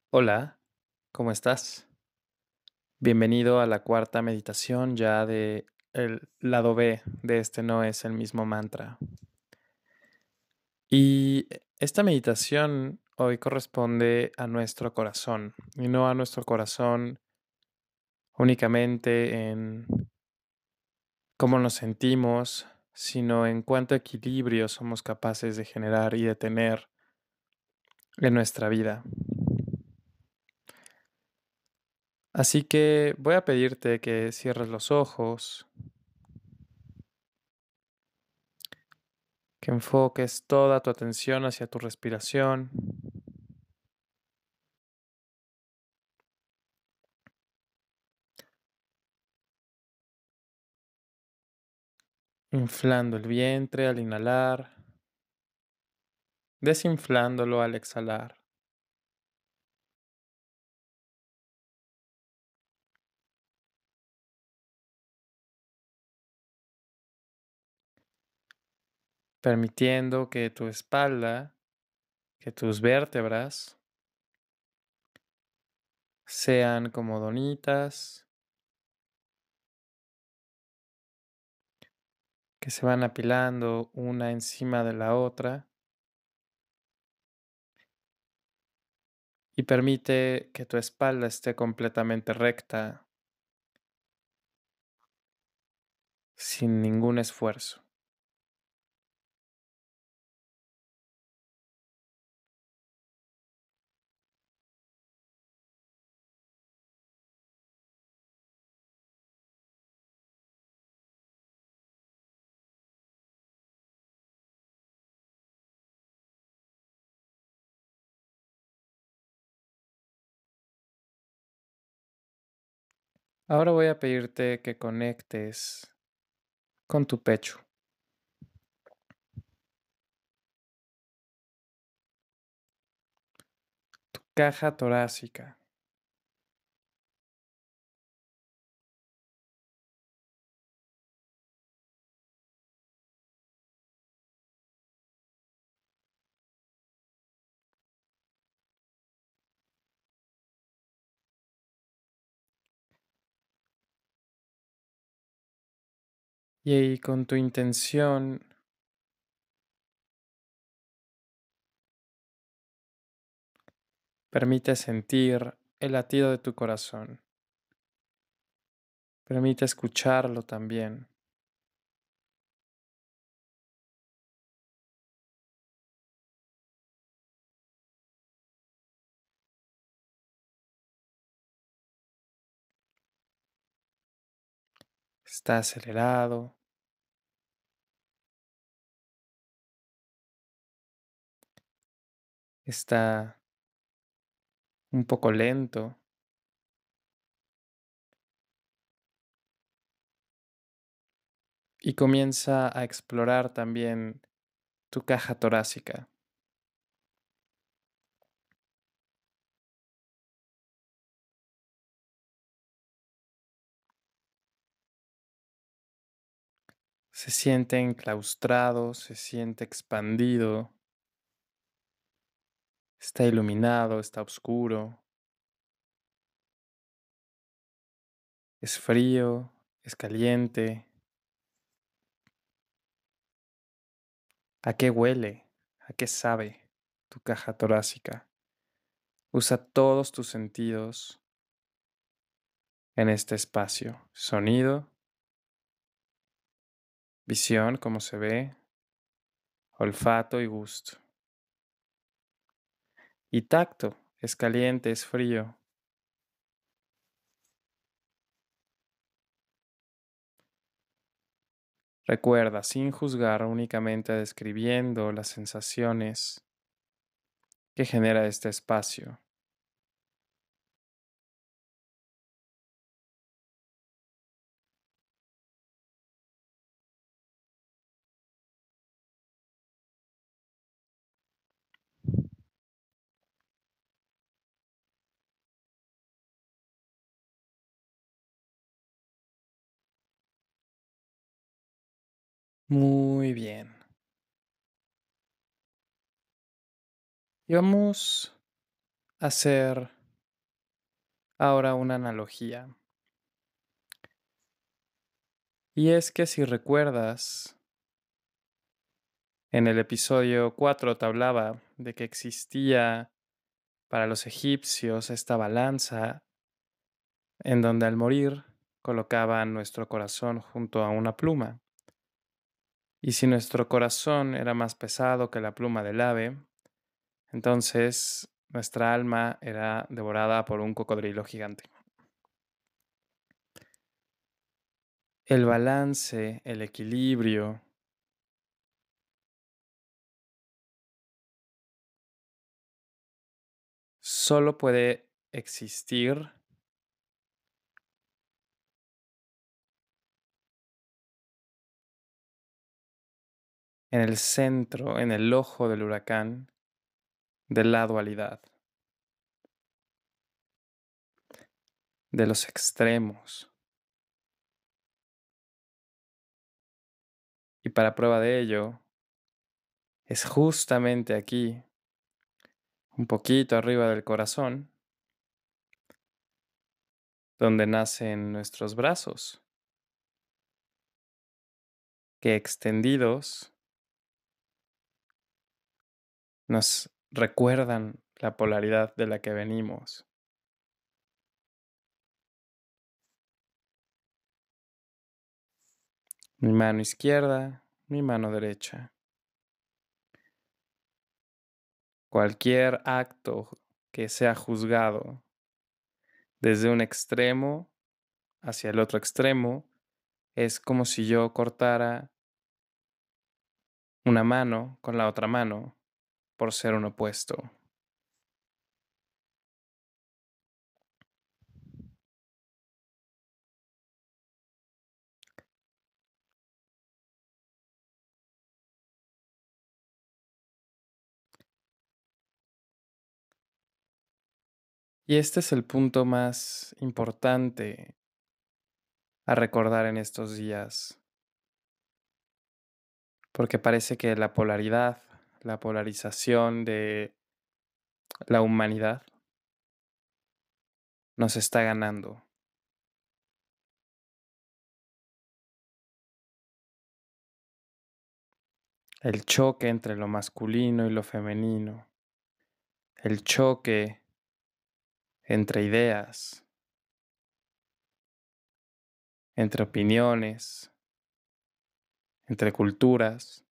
Hola, ¿cómo estás? Bienvenido a la cuarta meditación ya de el lado B de este no es el mismo mantra. Y esta meditación hoy corresponde a nuestro corazón y no a nuestro corazón únicamente en cómo nos sentimos, sino en cuánto equilibrio somos capaces de generar y de tener en nuestra vida. Así que voy a pedirte que cierres los ojos, que enfoques toda tu atención hacia tu respiración, inflando el vientre al inhalar, desinflándolo al exhalar, permitiendo que tu espalda, que tus vértebras sean como donitas que se van apilando una encima de la otra y permite que tu espalda esté completamente recta, sin ningún esfuerzo. Ahora voy a pedirte que conectes con tu pecho, caja torácica. Y ahí con tu intención, permite sentir el latido de tu corazón. Permite escucharlo también. Está acelerado, está un poco lento y comienza a explorar también tu caja torácica. Se siente enclaustrado, se siente expandido, está iluminado, está oscuro, es frío, es caliente. ¿A qué huele? ¿A qué sabe tu caja torácica? Usa todos tus sentidos en este espacio. Sonido, visión, cómo se ve, olfato y gusto. Y tacto, es caliente, es frío. Recuerda, sin juzgar, únicamente describiendo las sensaciones que genera este espacio. Muy bien. Y vamos a hacer Ahora una analogía. Y es que si recuerdas, en el episodio 4 te hablaba de que existía para los egipcios esta balanza en donde al morir colocaban nuestro corazón junto a una pluma. Y si nuestro corazón era más pesado que la pluma del ave, entonces nuestra alma era devorada por un cocodrilo gigante. El balance, el equilibrio, solo puede existir en el centro, en el ojo del huracán de la dualidad, de los extremos. Y para prueba de ello, es justamente aquí, un poquito arriba del corazón, donde nacen nuestros brazos, que extendidos nos recuerdan la polaridad de la que venimos. Mi mano izquierda, mi mano derecha. Cualquier acto que sea juzgado desde un extremo hacia el otro extremo es como si yo cortara una mano con la otra mano por ser un opuesto. Y este es el punto más importante a recordar en estos días, porque parece que la polaridad, la polarización de la humanidad nos está ganando. El choque entre lo masculino y lo femenino, el choque entre ideas, entre opiniones, entre culturas.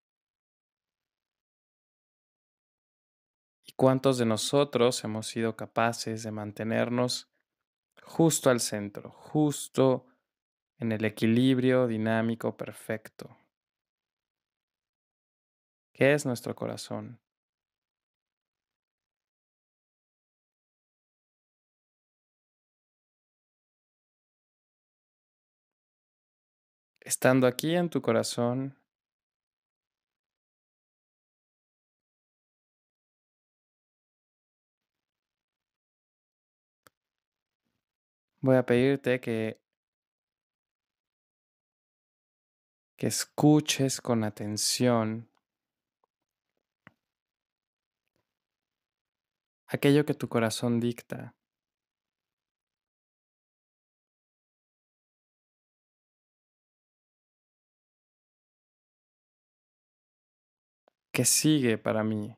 ¿Y cuántos de nosotros hemos sido capaces de mantenernos justo al centro, justo en el equilibrio dinámico perfecto, que es nuestro corazón? Estando aquí en tu corazón, voy a pedirte que escuches con atención aquello que tu corazón dicta, que sigue para mí.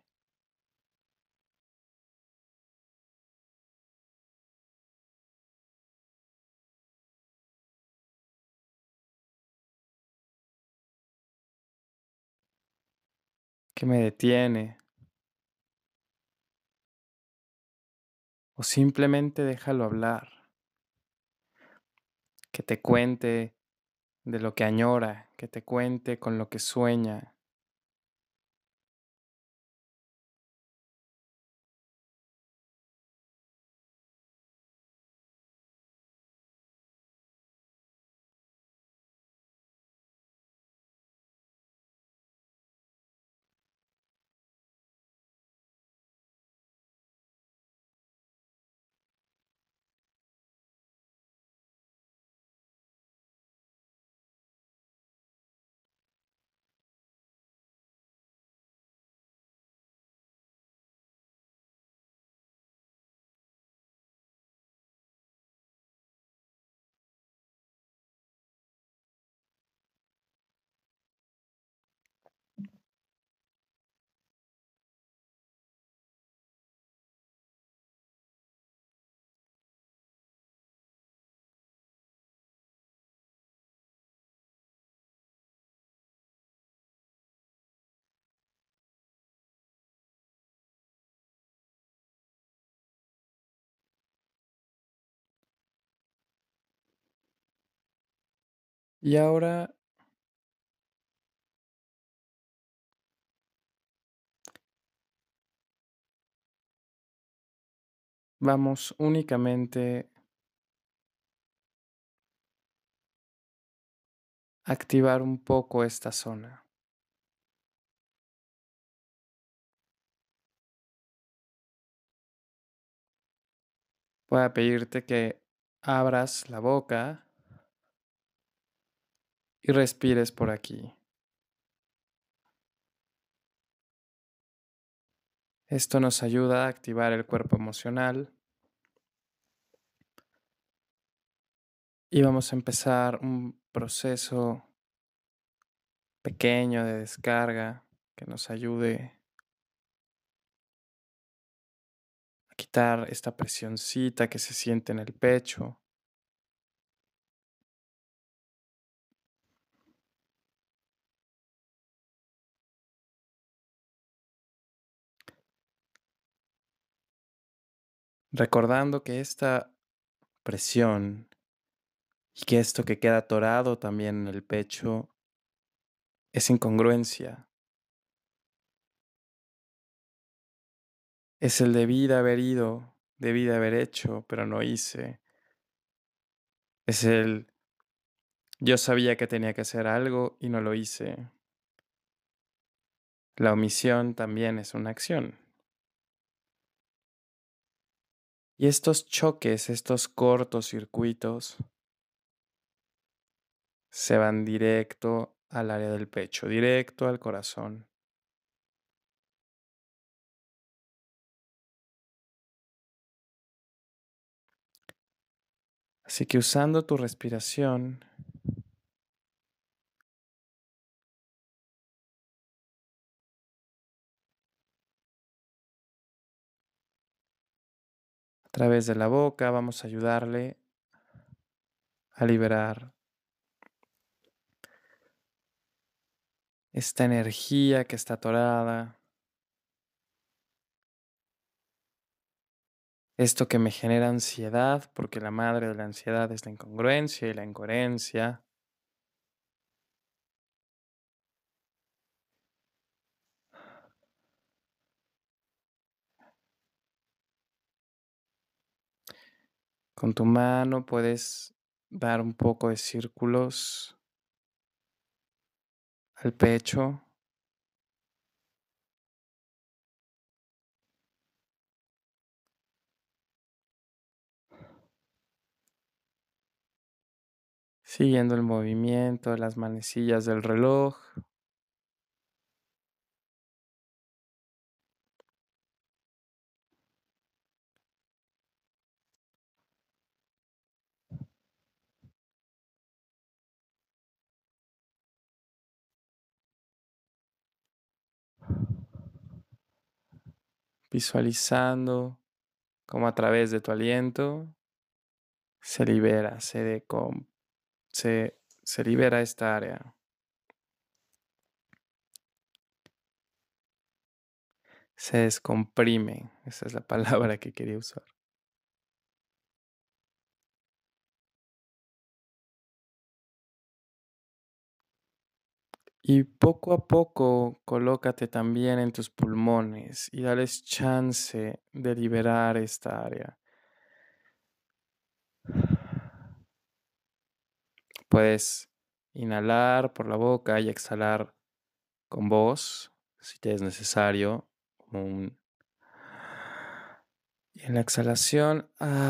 Que me detiene, o simplemente déjalo hablar, que te cuente de lo que añora, que te cuente con lo que sueña. Y ahora vamos únicamente a activar un poco esta zona. Voy a pedirte que abras la boca y respires por aquí. Esto nos ayuda a activar el cuerpo emocional y vamos a empezar un proceso pequeño de descarga que nos ayude a quitar esta presioncita que se siente en el pecho. Recordando que esta presión y que esto que queda atorado también en el pecho es incongruencia. Es el debí de haber ido, debí de haber hecho, pero no hice. Es el yo sabía que tenía que hacer algo y no lo hice. La omisión también es una acción. Y estos choques, estos cortocircuitos, se van directo al área del pecho, directo al corazón. Así que usando tu respiración, a través de la boca, vamos a ayudarle a liberar esta energía que está atorada, esto que me genera ansiedad, porque la madre de la ansiedad es la incongruencia y la incoherencia. Con tu mano puedes dar un poco de círculos al pecho, siguiendo el movimiento de las manecillas del reloj. Visualizando cómo a través de tu aliento se libera, se libera esta área, se descomprime, esa es la palabra que quería usar. Y poco a poco colócate también en tus pulmones y dales chance de liberar esta área. Puedes inhalar por la boca y exhalar con voz, si te es necesario, como un. Y en la exhalación,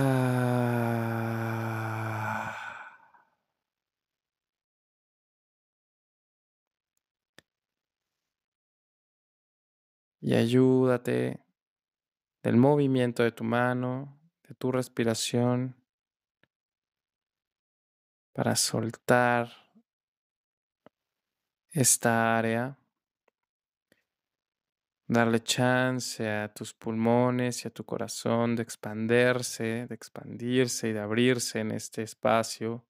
y ayúdate del movimiento de tu mano, de tu respiración, para soltar esta área, darle chance a tus pulmones y a tu corazón de expandirse, y de abrirse en este espacio.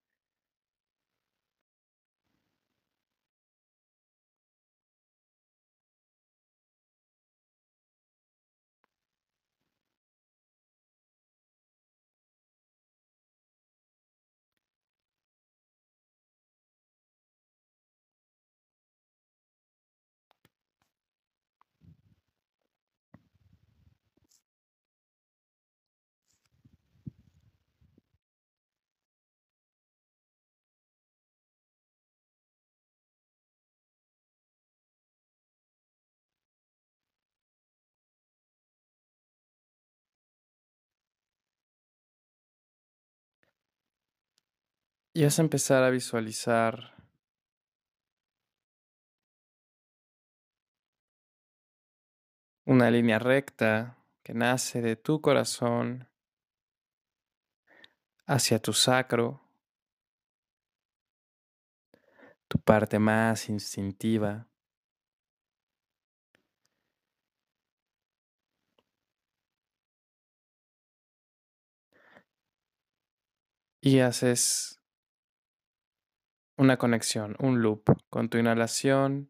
Y vas a empezar a visualizar una línea recta que nace de tu corazón hacia tu sacro, tu parte más instintiva. Y haces una conexión, un loop. Con tu inhalación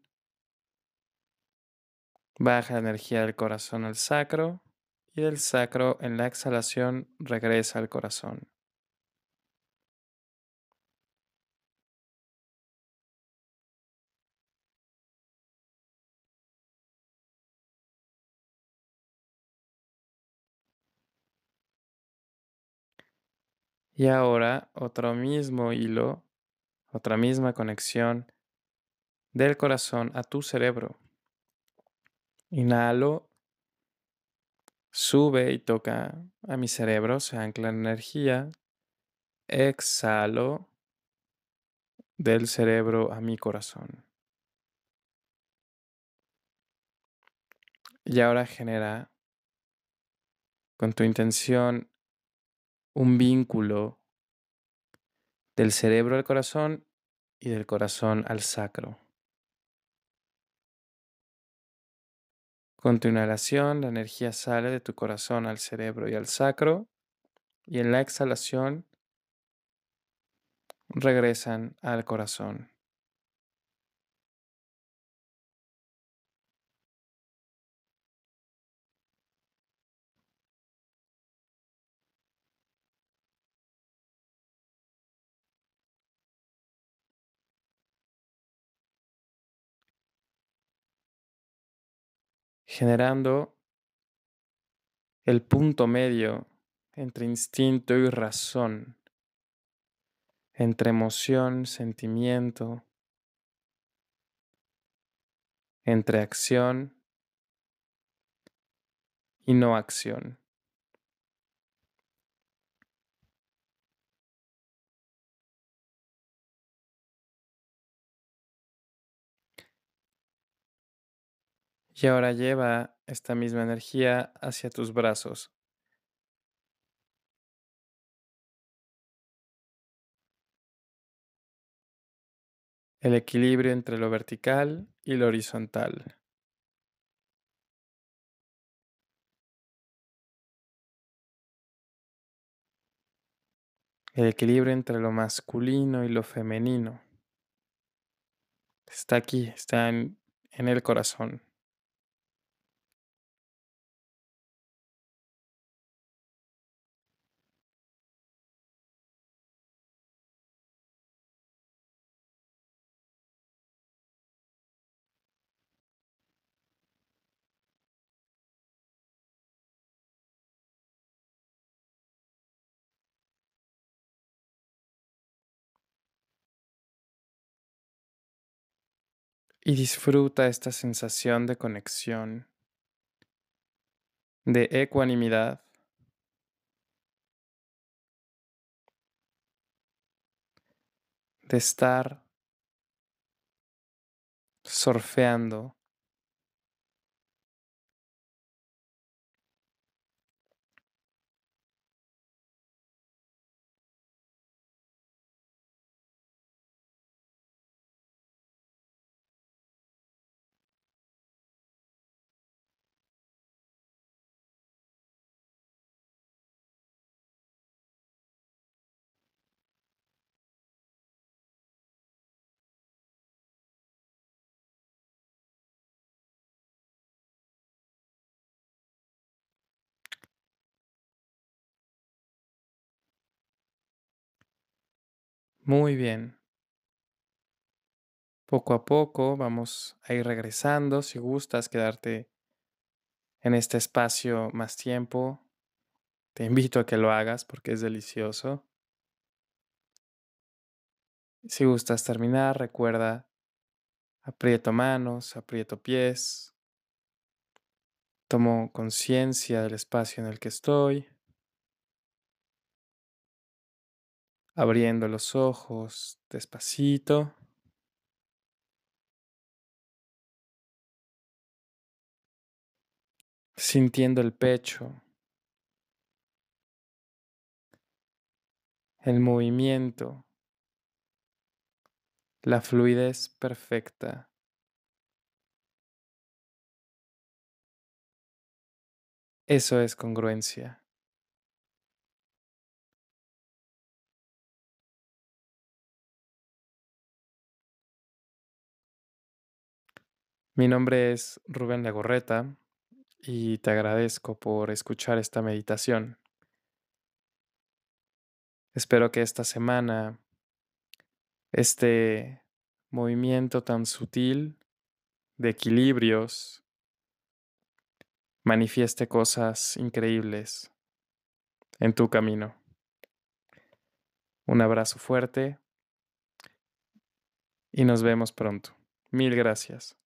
baja la energía del corazón al sacro y del sacro en la exhalación regresa al corazón. Y ahora otro mismo hilo, otra misma conexión del corazón a tu cerebro. Inhalo, sube y toca a mi cerebro, se ancla en energía. Exhalo del cerebro a mi corazón. Y ahora genera con tu intención un vínculo del cerebro al corazón y del corazón al sacro. Con tu inhalación, la energía sale de tu corazón al cerebro y al sacro, y en la exhalación regresan al corazón, generando el punto medio entre instinto y razón, entre emoción, sentimiento, entre acción y no acción. Y ahora lleva esta misma energía hacia tus brazos. El equilibrio entre lo vertical y lo horizontal. El equilibrio entre lo masculino y lo femenino. Está aquí, está en el corazón. Y disfruta esta sensación de conexión, de ecuanimidad, de estar surfeando muy bien. Poco a poco vamos a ir regresando. Si gustas quedarte en este espacio más tiempo, te invito a que lo hagas porque es delicioso. Si gustas terminar, recuerda, aprieto manos, aprieto pies, tomo conciencia del espacio en el que estoy, abriendo los ojos despacito, sintiendo el pecho, el movimiento, la fluidez perfecta. Eso es congruencia. Mi nombre es Rubén Legorreta y te agradezco por escuchar esta meditación. Espero que esta semana este movimiento tan sutil de equilibrios manifieste cosas increíbles en tu camino. Un abrazo fuerte y nos vemos pronto. Mil gracias.